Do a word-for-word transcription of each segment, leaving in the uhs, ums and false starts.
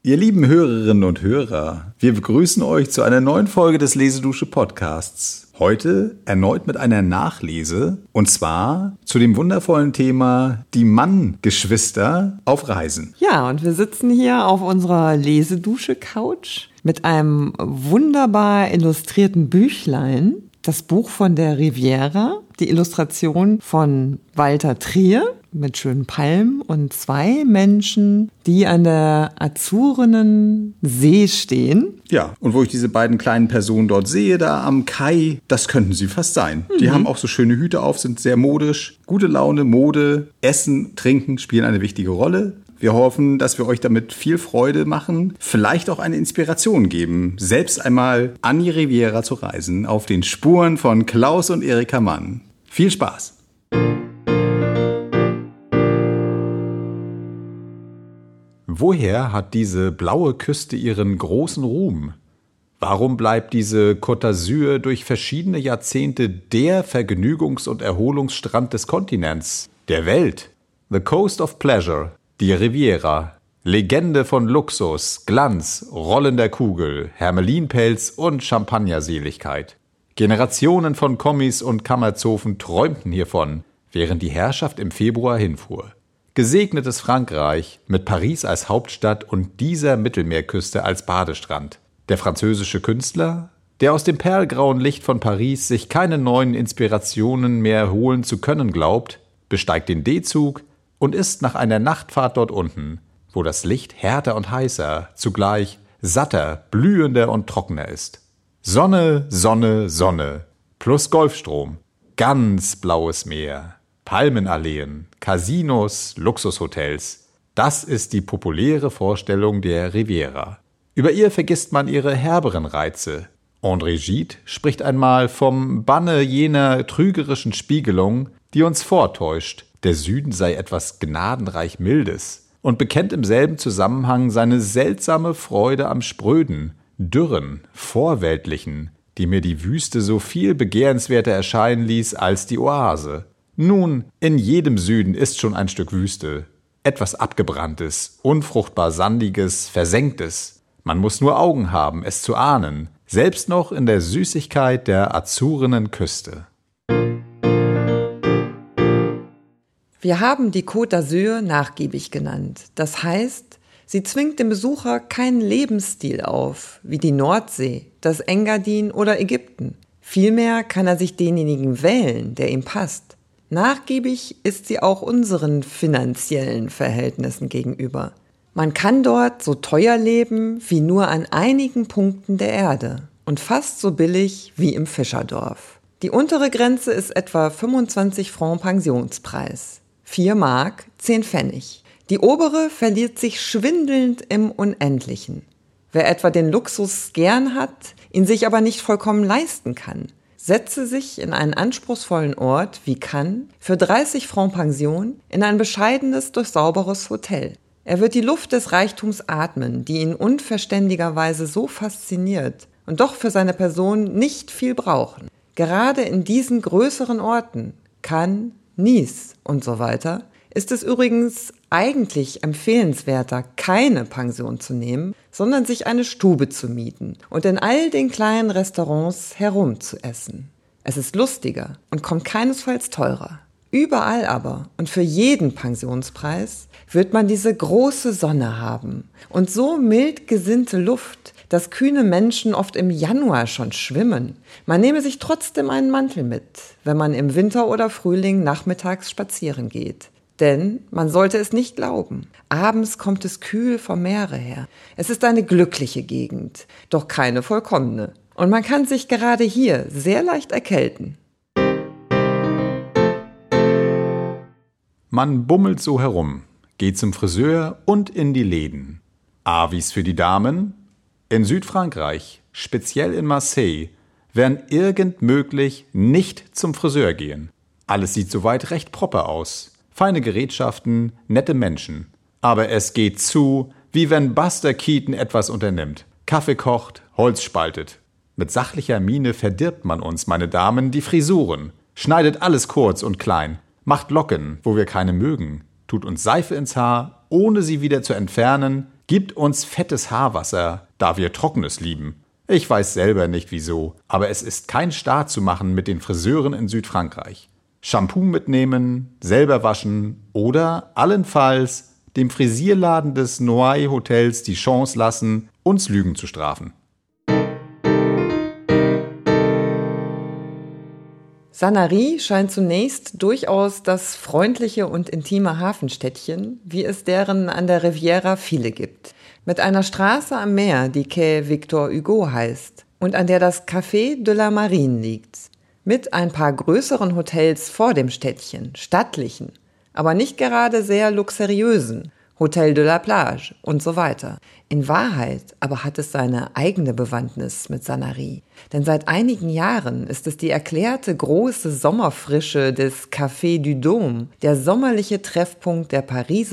Ihr lieben Hörerinnen und Hörer, wir begrüßen euch zu einer neuen Folge des Lesedusche Podcasts. Heute erneut mit einer Nachlese und zwar zu dem wundervollen Thema die Mann-Geschwister auf Reisen. Ja, und wir sitzen hier auf unserer Lesedusche-Couch mit einem wunderbar illustrierten Büchlein. Das Buch von der Riviera, die Illustration von Walter Trier mit schönen Palmen und zwei Menschen, die an der azurenen See stehen. Ja, und wo ich diese beiden kleinen Personen dort sehe, da am Kai, das könnten sie fast sein. Mhm. Die haben auch so schöne Hüte auf, sind sehr modisch. Gute Laune, Mode, Essen, Trinken spielen eine wichtige Rolle. Wir hoffen, dass wir euch damit viel Freude machen, vielleicht auch eine Inspiration geben, selbst einmal an die Riviera zu reisen, auf den Spuren von Klaus und Erika Mann. Viel Spaß! Woher hat diese blaue Küste ihren großen Ruhm? Warum bleibt diese Côte d'Azur durch verschiedene Jahrzehnte der Vergnügungs- und Erholungsstrand des Kontinents, der Welt? The Coast of Pleasure. Die Riviera, Legende von Luxus, Glanz, rollender Kugel, Hermelinpelz und Champagnerseligkeit. Generationen von Kommis und Kammerzofen träumten hiervon, während die Herrschaft im Februar hinfuhr. Gesegnetes Frankreich mit Paris als Hauptstadt und dieser Mittelmeerküste als Badestrand. Der französische Künstler, der aus dem perlgrauen Licht von Paris sich keine neuen Inspirationen mehr holen zu können glaubt, besteigt den D-Zug und ist nach einer Nachtfahrt dort unten, wo das Licht härter und heißer, zugleich satter, blühender und trockener ist. Sonne, Sonne, Sonne, plus Golfstrom, ganz blaues Meer, Palmenalleen, Casinos, Luxushotels. Das ist die populäre Vorstellung der Riviera. Über ihr vergisst man ihre herberen Reize. André Gide spricht einmal vom Banne jener trügerischen Spiegelung, die uns vortäuscht, der Süden sei etwas gnadenreich Mildes und bekennt im selben Zusammenhang seine seltsame Freude am Spröden, Dürren, Vorweltlichen, die mir die Wüste so viel begehrenswerter erscheinen ließ als die Oase. Nun, in jedem Süden ist schon ein Stück Wüste, etwas Abgebranntes, unfruchtbar Sandiges, Versenktes. Man muss nur Augen haben, es zu ahnen, selbst noch in der Süßigkeit der azurenen Küste. Wir haben die Côte d'Azur nachgiebig genannt. Das heißt, sie zwingt dem Besucher keinen Lebensstil auf, wie die Nordsee, das Engadin oder Ägypten. Vielmehr kann er sich denjenigen wählen, der ihm passt. Nachgiebig ist sie auch unseren finanziellen Verhältnissen gegenüber. Man kann dort so teuer leben wie nur an einigen Punkten der Erde und fast so billig wie im Fischerdorf. Die untere Grenze ist etwa fünfundzwanzig Francs Pensionspreis. vier Mark, zehn Pfennig. Die obere verliert sich schwindelnd im Unendlichen. Wer etwa den Luxus gern hat, ihn sich aber nicht vollkommen leisten kann, setze sich in einen anspruchsvollen Ort wie Cannes für dreißig Francs Pension in ein bescheidenes, durchsauberes Hotel. Er wird die Luft des Reichtums atmen, die ihn unverständigerweise so fasziniert und doch für seine Person nicht viel brauchen. Gerade in diesen größeren Orten, Cannes, Nice und so weiter, ist es übrigens eigentlich empfehlenswerter, keine Pension zu nehmen, sondern sich eine Stube zu mieten und in all den kleinen Restaurants herumzuessen. Es ist lustiger und kommt keinesfalls teurer. Überall aber und für jeden Pensionspreis wird man diese große Sonne haben und so mild gesinnte Luft, dass kühne Menschen oft im Januar schon schwimmen. Man nehme sich trotzdem einen Mantel mit, wenn man im Winter oder Frühling nachmittags spazieren geht. Denn man sollte es nicht glauben. Abends kommt es kühl vom Meere her. Es ist eine glückliche Gegend, doch keine vollkommene. Und man kann sich gerade hier sehr leicht erkälten. Man bummelt so herum, geht zum Friseur und in die Läden. Avis für die Damen? In Südfrankreich, speziell in Marseille, werden irgend möglich nicht zum Friseur gehen. Alles sieht soweit recht proper aus. Feine Gerätschaften, nette Menschen. Aber es geht zu, wie wenn Buster Keaton etwas unternimmt. Kaffee kocht, Holz spaltet. Mit sachlicher Miene verdirbt man uns, meine Damen, die Frisuren. Schneidet alles kurz und klein. Macht Locken, wo wir keine mögen. Tut uns Seife ins Haar, ohne sie wieder zu entfernen, Gibt uns fettes Haarwasser, da wir Trockenes lieben. Ich weiß selber nicht wieso, aber es ist kein Start zu machen mit den Friseuren in Südfrankreich. Shampoo mitnehmen, selber waschen oder allenfalls dem Frisierladen des Noailles Hotels die Chance lassen, uns Lügen zu strafen. Sanary scheint zunächst durchaus das freundliche und intime Hafenstädtchen, wie es deren an der Riviera viele gibt. Mit einer Straße am Meer, die Quai Victor Hugo heißt und an der das Café de la Marine liegt. Mit ein paar größeren Hotels vor dem Städtchen, stattlichen, aber nicht gerade sehr luxuriösen, Hotel de la Plage und so weiter. In Wahrheit aber hat es seine eigene Bewandtnis mit Sanary. Denn seit einigen Jahren ist es die erklärte große Sommerfrische des Café du Dôme, der sommerliche Treffpunkt der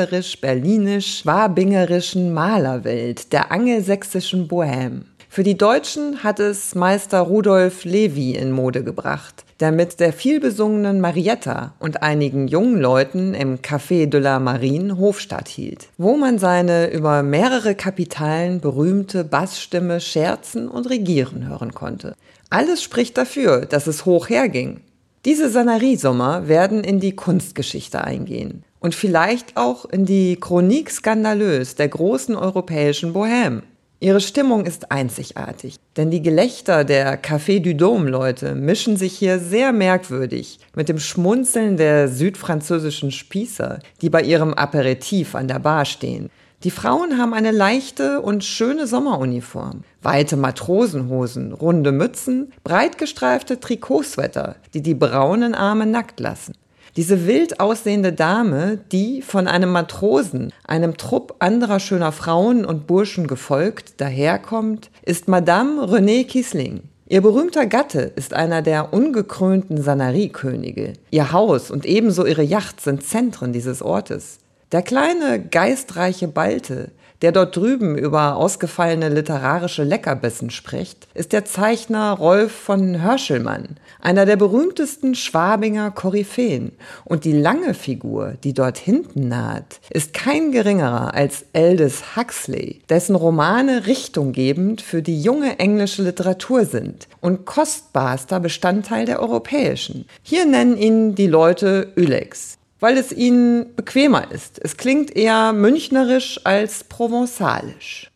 pariserisch-berlinisch-schwabingerischen Malerwelt, der angelsächsischen Bohème. Für die Deutschen hat es Meister Rudolf Levi in Mode gebracht, der mit der vielbesungenen Marietta und einigen jungen Leuten im Café de la Marine Hofstatt hielt, wo man seine über mehrere Kapitalen berühmte Bassstimme scherzen und regieren hören konnte. Alles spricht dafür, dass es hoch herging. Diese Sanary-Sommer werden in die Kunstgeschichte eingehen und vielleicht auch in die Chronique scandaleuse der großen europäischen Bohème. Ihre Stimmung ist einzigartig, denn die Gelächter der Café du Dôme-Leute mischen sich hier sehr merkwürdig mit dem Schmunzeln der südfranzösischen Spießer, die bei ihrem Aperitif an der Bar stehen. Die Frauen haben eine leichte und schöne Sommeruniform, weite Matrosenhosen, runde Mützen, breit gestreifte Trikotsweater, die die braunen Arme nackt lassen. Diese wild aussehende Dame, die von einem Matrosen, einem Trupp anderer schöner Frauen und Burschen gefolgt, daherkommt, ist Madame Renée Kissling. Ihr berühmter Gatte ist einer der ungekrönten Sanary-Könige. Ihr Haus und ebenso ihre Yacht sind Zentren dieses Ortes. Der kleine, geistreiche Balte, der dort drüben über ausgefallene literarische Leckerbissen spricht, ist der Zeichner Rolf von Hörschelmann, einer der berühmtesten Schwabinger Koryphäen. Und die lange Figur, die dort hinten naht, ist kein geringerer als Aldous Huxley, dessen Romane richtunggebend für die junge englische Literatur sind und kostbarster Bestandteil der europäischen. Hier nennen ihn die Leute Ulex, weil es ihnen bequemer ist. Es klingt eher münchnerisch als provenzalisch.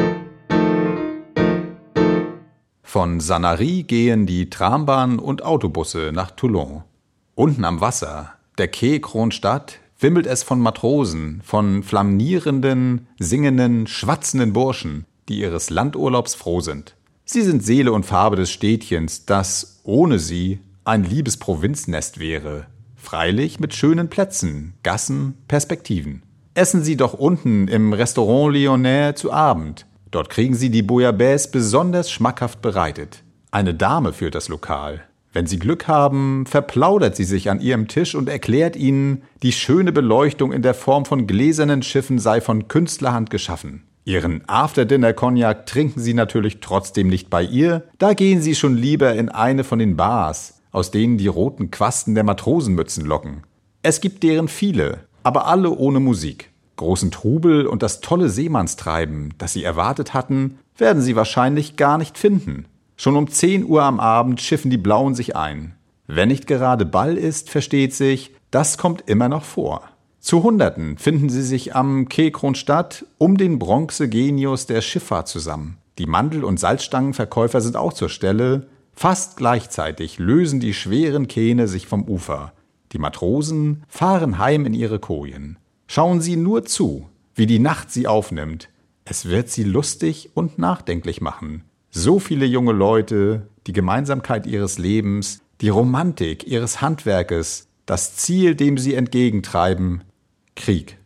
Von Sanary gehen die Trambahnen und Autobusse nach Toulon. Unten am Wasser, der Quai Kronstadt, wimmelt es von Matrosen, von flanierenden, singenden, schwatzenden Burschen, die ihres Landurlaubs froh sind. Sie sind Seele und Farbe des Städtchens, das ohne sie ein liebes Provinznest wäre. Freilich mit schönen Plätzen, Gassen, Perspektiven. Essen Sie doch unten im Restaurant Lyonnais zu Abend. Dort kriegen Sie die Bouillabaisse besonders schmackhaft bereitet. Eine Dame führt das Lokal. Wenn Sie Glück haben, verplaudert sie sich an ihrem Tisch und erklärt Ihnen, die schöne Beleuchtung in der Form von gläsernen Schiffen sei von Künstlerhand geschaffen. Ihren After-Dinner-Cognac trinken Sie natürlich trotzdem nicht bei ihr. Da gehen Sie schon lieber in eine von den Bars, aus denen die roten Quasten der Matrosenmützen locken. Es gibt deren viele, aber alle ohne Musik. Großen Trubel und das tolle Seemannstreiben, das Sie erwartet hatten, werden Sie wahrscheinlich gar nicht finden. Schon um zehn Uhr am Abend schiffen die Blauen sich ein. Wenn nicht gerade Ball ist, versteht sich, das kommt immer noch vor. Zu Hunderten finden sie sich am Quai Kronstadt um den Bronze-Genius der Schifffahrt zusammen. Die Mandel- und Salzstangenverkäufer sind auch zur Stelle. Fast gleichzeitig lösen die schweren Kähne sich vom Ufer. Die Matrosen fahren heim in ihre Kojen. Schauen Sie nur zu, wie die Nacht sie aufnimmt. Es wird sie lustig und nachdenklich machen. So viele junge Leute, die Gemeinsamkeit ihres Lebens, die Romantik ihres Handwerkes, das Ziel, dem sie entgegentreiben: Krieg.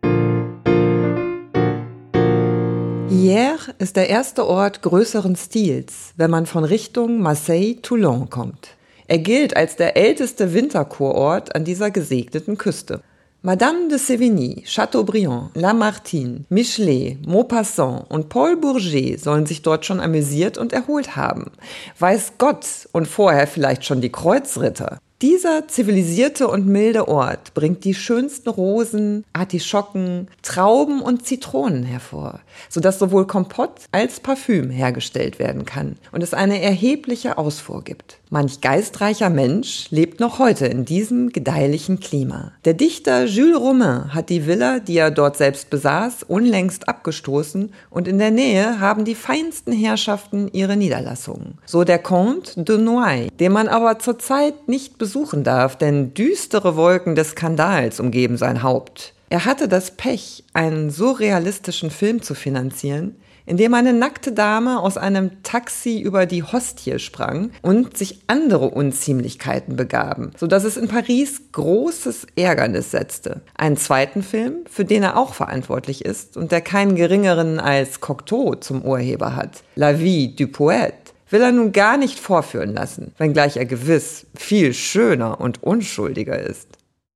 Hyères ist der erste Ort größeren Stils, wenn man von Richtung Marseille-Toulon kommt. Er gilt als der älteste Winterkurort an dieser gesegneten Küste. Madame de Sévigny, Chateaubriand, Lamartine, Michelet, Maupassant und Paul Bourget sollen sich dort schon amüsiert und erholt haben. Weiß Gott und vorher vielleicht schon die Kreuzritter. Dieser zivilisierte und milde Ort bringt die schönsten Rosen, Artischocken, Trauben und Zitronen hervor, sodass sowohl Kompott als Parfüm hergestellt werden kann und es eine erhebliche Ausfuhr gibt. Manch geistreicher Mensch lebt noch heute in diesem gedeihlichen Klima. Der Dichter Jules Romain hat die Villa, die er dort selbst besaß, unlängst abgestoßen und in der Nähe haben die feinsten Herrschaften ihre Niederlassungen. So der Comte de Noailles, den man aber zurzeit nicht besuchen darf, denn düstere Wolken des Skandals umgeben sein Haupt. Er hatte das Pech, einen surrealistischen Film zu finanzieren, in dem eine nackte Dame aus einem Taxi über die Hostie sprang und sich andere Unziemlichkeiten begaben, sodass es in Paris großes Ärgernis setzte. Einen zweiten Film, für den er auch verantwortlich ist und der keinen geringeren als Cocteau zum Urheber hat, La Vie du Poète, will er nun gar nicht vorführen lassen, wenngleich er gewiss viel schöner und unschuldiger ist.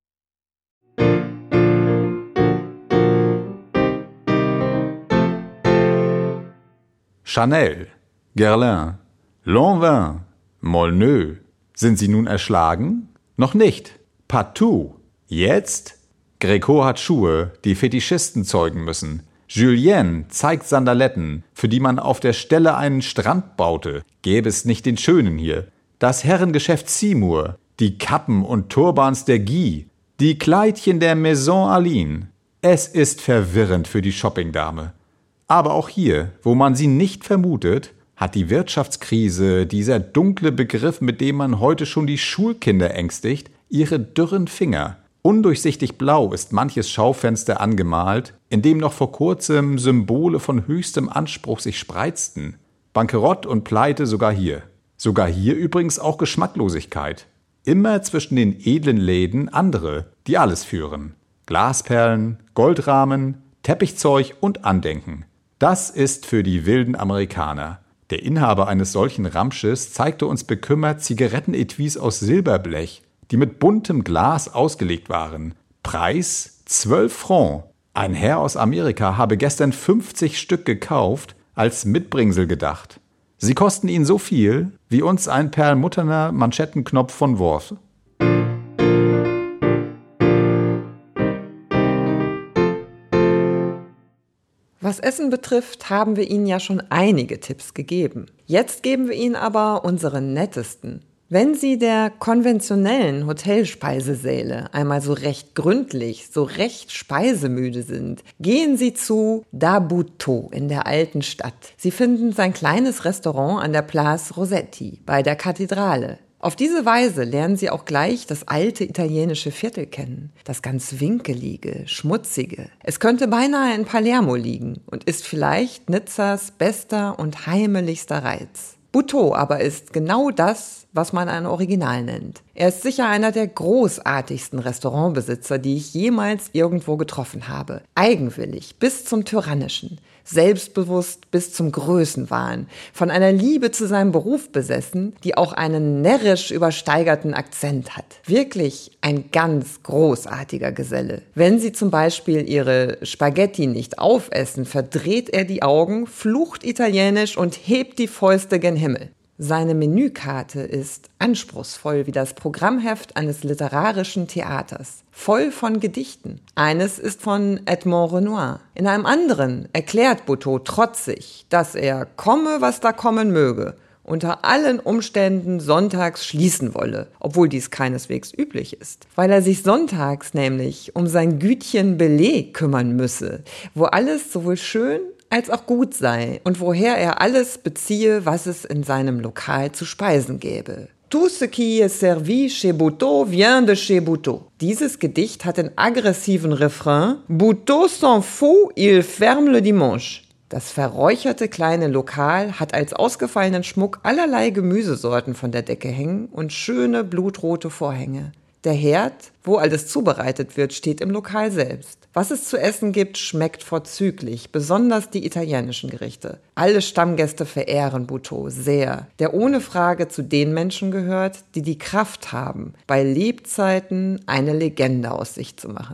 Chanel, Guerlain, Lanvin, Molyneux. Sind sie nun erschlagen? Noch nicht. Partout. Jetzt? Greco hat Schuhe, die Fetischisten zeugen müssen. Julien zeigt Sandaletten, für die man auf der Stelle einen Strand baute. Gäbe es nicht den Schönen hier. Das Herrengeschäft Seymour, die Kappen und Turbans der Guy, die Kleidchen der Maison Aline. Es ist verwirrend für die Shoppingdame. Aber auch hier, wo man sie nicht vermutet, hat die Wirtschaftskrise, dieser dunkle Begriff, mit dem man heute schon die Schulkinder ängstigt, ihre dürren Finger. Undurchsichtig blau ist manches Schaufenster angemalt, in dem noch vor kurzem Symbole von höchstem Anspruch sich spreizten. Bankerott und Pleite sogar hier. Sogar hier übrigens auch Geschmacklosigkeit. Immer zwischen den edlen Läden andere, die alles führen. Glasperlen, Goldrahmen, Teppichzeug und Andenken. Das ist für die wilden Amerikaner. Der Inhaber eines solchen Ramsches zeigte uns bekümmert Zigarettenetuis aus Silberblech, die mit buntem Glas ausgelegt waren. Preis zwölf Francs. Ein Herr aus Amerika habe gestern fünfzig Stück gekauft, als Mitbringsel gedacht. Sie kosten ihn so viel, wie uns ein perlmutterner Manschettenknopf von Worth. Was Essen betrifft, haben wir Ihnen ja schon einige Tipps gegeben. Jetzt geben wir Ihnen aber unsere nettesten. Wenn Sie der konventionellen Hotelspeisesäle einmal so recht gründlich, so recht speisemüde sind, gehen Sie zu Da Buteau in der alten Stadt. Sie finden sein kleines Restaurant an der Place Rossetti bei der Kathedrale. Auf diese Weise lernen Sie auch gleich das alte italienische Viertel kennen. Das ganz winkelige, schmutzige. Es könnte beinahe in Palermo liegen und ist vielleicht Nizzas bester und heimeligster Reiz. Buteau aber ist genau das, was man ein Original nennt. Er ist sicher einer der großartigsten Restaurantbesitzer, die ich jemals irgendwo getroffen habe. Eigenwillig bis zum Tyrannischen, selbstbewusst bis zum Größenwahn, von einer Liebe zu seinem Beruf besessen, die auch einen närrisch übersteigerten Akzent hat. Wirklich ein ganz großartiger Geselle. Wenn Sie zum Beispiel Ihre Spaghetti nicht aufessen, verdreht er die Augen, flucht italienisch und hebt die Fäuste gen Himmel. Seine Menükarte ist anspruchsvoll wie das Programmheft eines literarischen Theaters, voll von Gedichten. Eines ist von Edmond Renoir. In einem anderen erklärt Buteau trotzig, dass er komme, was da kommen möge, unter allen Umständen sonntags schließen wolle, obwohl dies keineswegs üblich ist, weil er sich sonntags nämlich um sein Gütchen Belay kümmern müsse, wo alles sowohl schön als auch gut sei und woher er alles beziehe, was es in seinem Lokal zu speisen gäbe. Tout ce qui est servi chez Buteau vient de chez Buteau. Dieses Gedicht hat den aggressiven Refrain Buteau s'en fout, il ferme le dimanche. Das verräucherte kleine Lokal hat als ausgefallenen Schmuck allerlei Gemüsesorten von der Decke hängen und schöne blutrote Vorhänge. Der Herd, wo alles zubereitet wird, steht im Lokal selbst. Was es zu essen gibt, schmeckt vorzüglich, besonders die italienischen Gerichte. Alle Stammgäste verehren Buteau sehr, der ohne Frage zu den Menschen gehört, die die Kraft haben, bei Lebzeiten eine Legende aus sich zu machen.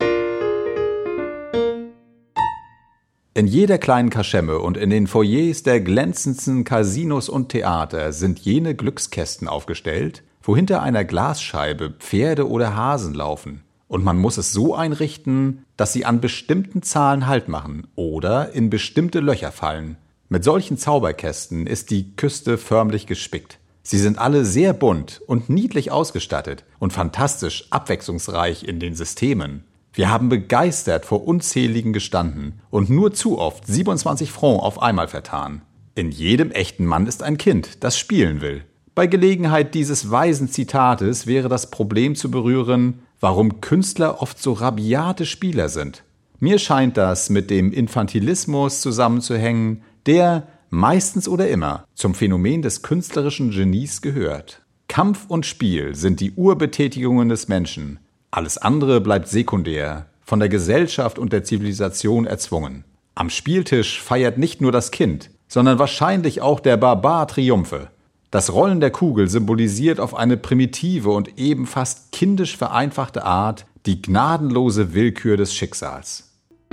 In jeder kleinen Kaschemme und in den Foyers der glänzendsten Casinos und Theater sind jene Glückskästen aufgestellt, wo hinter einer Glasscheibe Pferde oder Hasen laufen. Und man muss es so einrichten, dass sie an bestimmten Zahlen Halt machen oder in bestimmte Löcher fallen. Mit solchen Zauberkästen ist die Küste förmlich gespickt. Sie sind alle sehr bunt und niedlich ausgestattet und fantastisch abwechslungsreich in den Systemen. Wir haben begeistert vor unzähligen gestanden und nur zu oft siebenundzwanzig Francs auf einmal vertan. In jedem echten Mann ist ein Kind, das spielen will. Bei Gelegenheit dieses weisen Zitates wäre das Problem zu berühren, warum Künstler oft so rabiate Spieler sind. Mir scheint das mit dem Infantilismus zusammenzuhängen, der meistens oder immer zum Phänomen des künstlerischen Genies gehört. Kampf und Spiel sind die Urbetätigungen des Menschen. Alles andere bleibt sekundär, von der Gesellschaft und der Zivilisation erzwungen. Am Spieltisch feiert nicht nur das Kind, sondern wahrscheinlich auch der Barbar Triumphe. Das Rollen der Kugel symbolisiert auf eine primitive und eben fast kindisch vereinfachte Art die gnadenlose Willkür des Schicksals.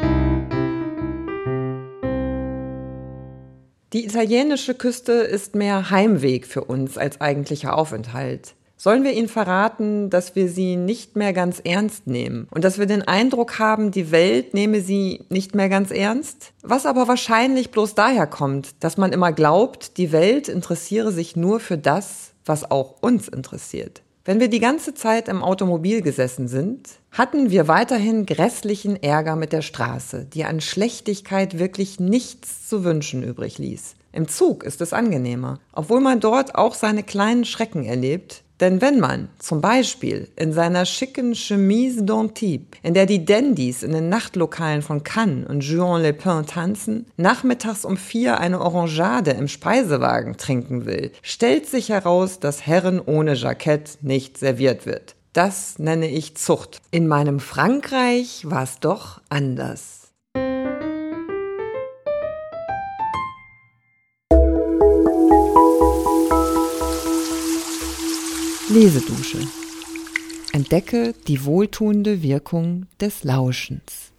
Die italienische Küste ist mehr Heimweg für uns als eigentlicher Aufenthalt. Sollen wir Ihnen verraten, dass wir sie nicht mehr ganz ernst nehmen und dass wir den Eindruck haben, die Welt nehme sie nicht mehr ganz ernst? Was aber wahrscheinlich bloß daher kommt, dass man immer glaubt, die Welt interessiere sich nur für das, was auch uns interessiert. Wenn wir die ganze Zeit im Automobil gesessen sind, hatten wir weiterhin grässlichen Ärger mit der Straße, die an Schlechtigkeit wirklich nichts zu wünschen übrig ließ. Im Zug ist es angenehmer, obwohl man dort auch seine kleinen Schrecken erlebt. Denn wenn man zum Beispiel in seiner schicken Chemise d'Antibes, in der die Dandys in den Nachtlokalen von Cannes und Juan-les-Pins tanzen, nachmittags um vier eine Orangeade im Speisewagen trinken will, stellt sich heraus, dass Herren ohne Jackett nicht serviert wird. Das nenne ich Zucht. In meinem Frankreich war es doch anders. Lesedusche. Entdecke die wohltuende Wirkung des Lauschens.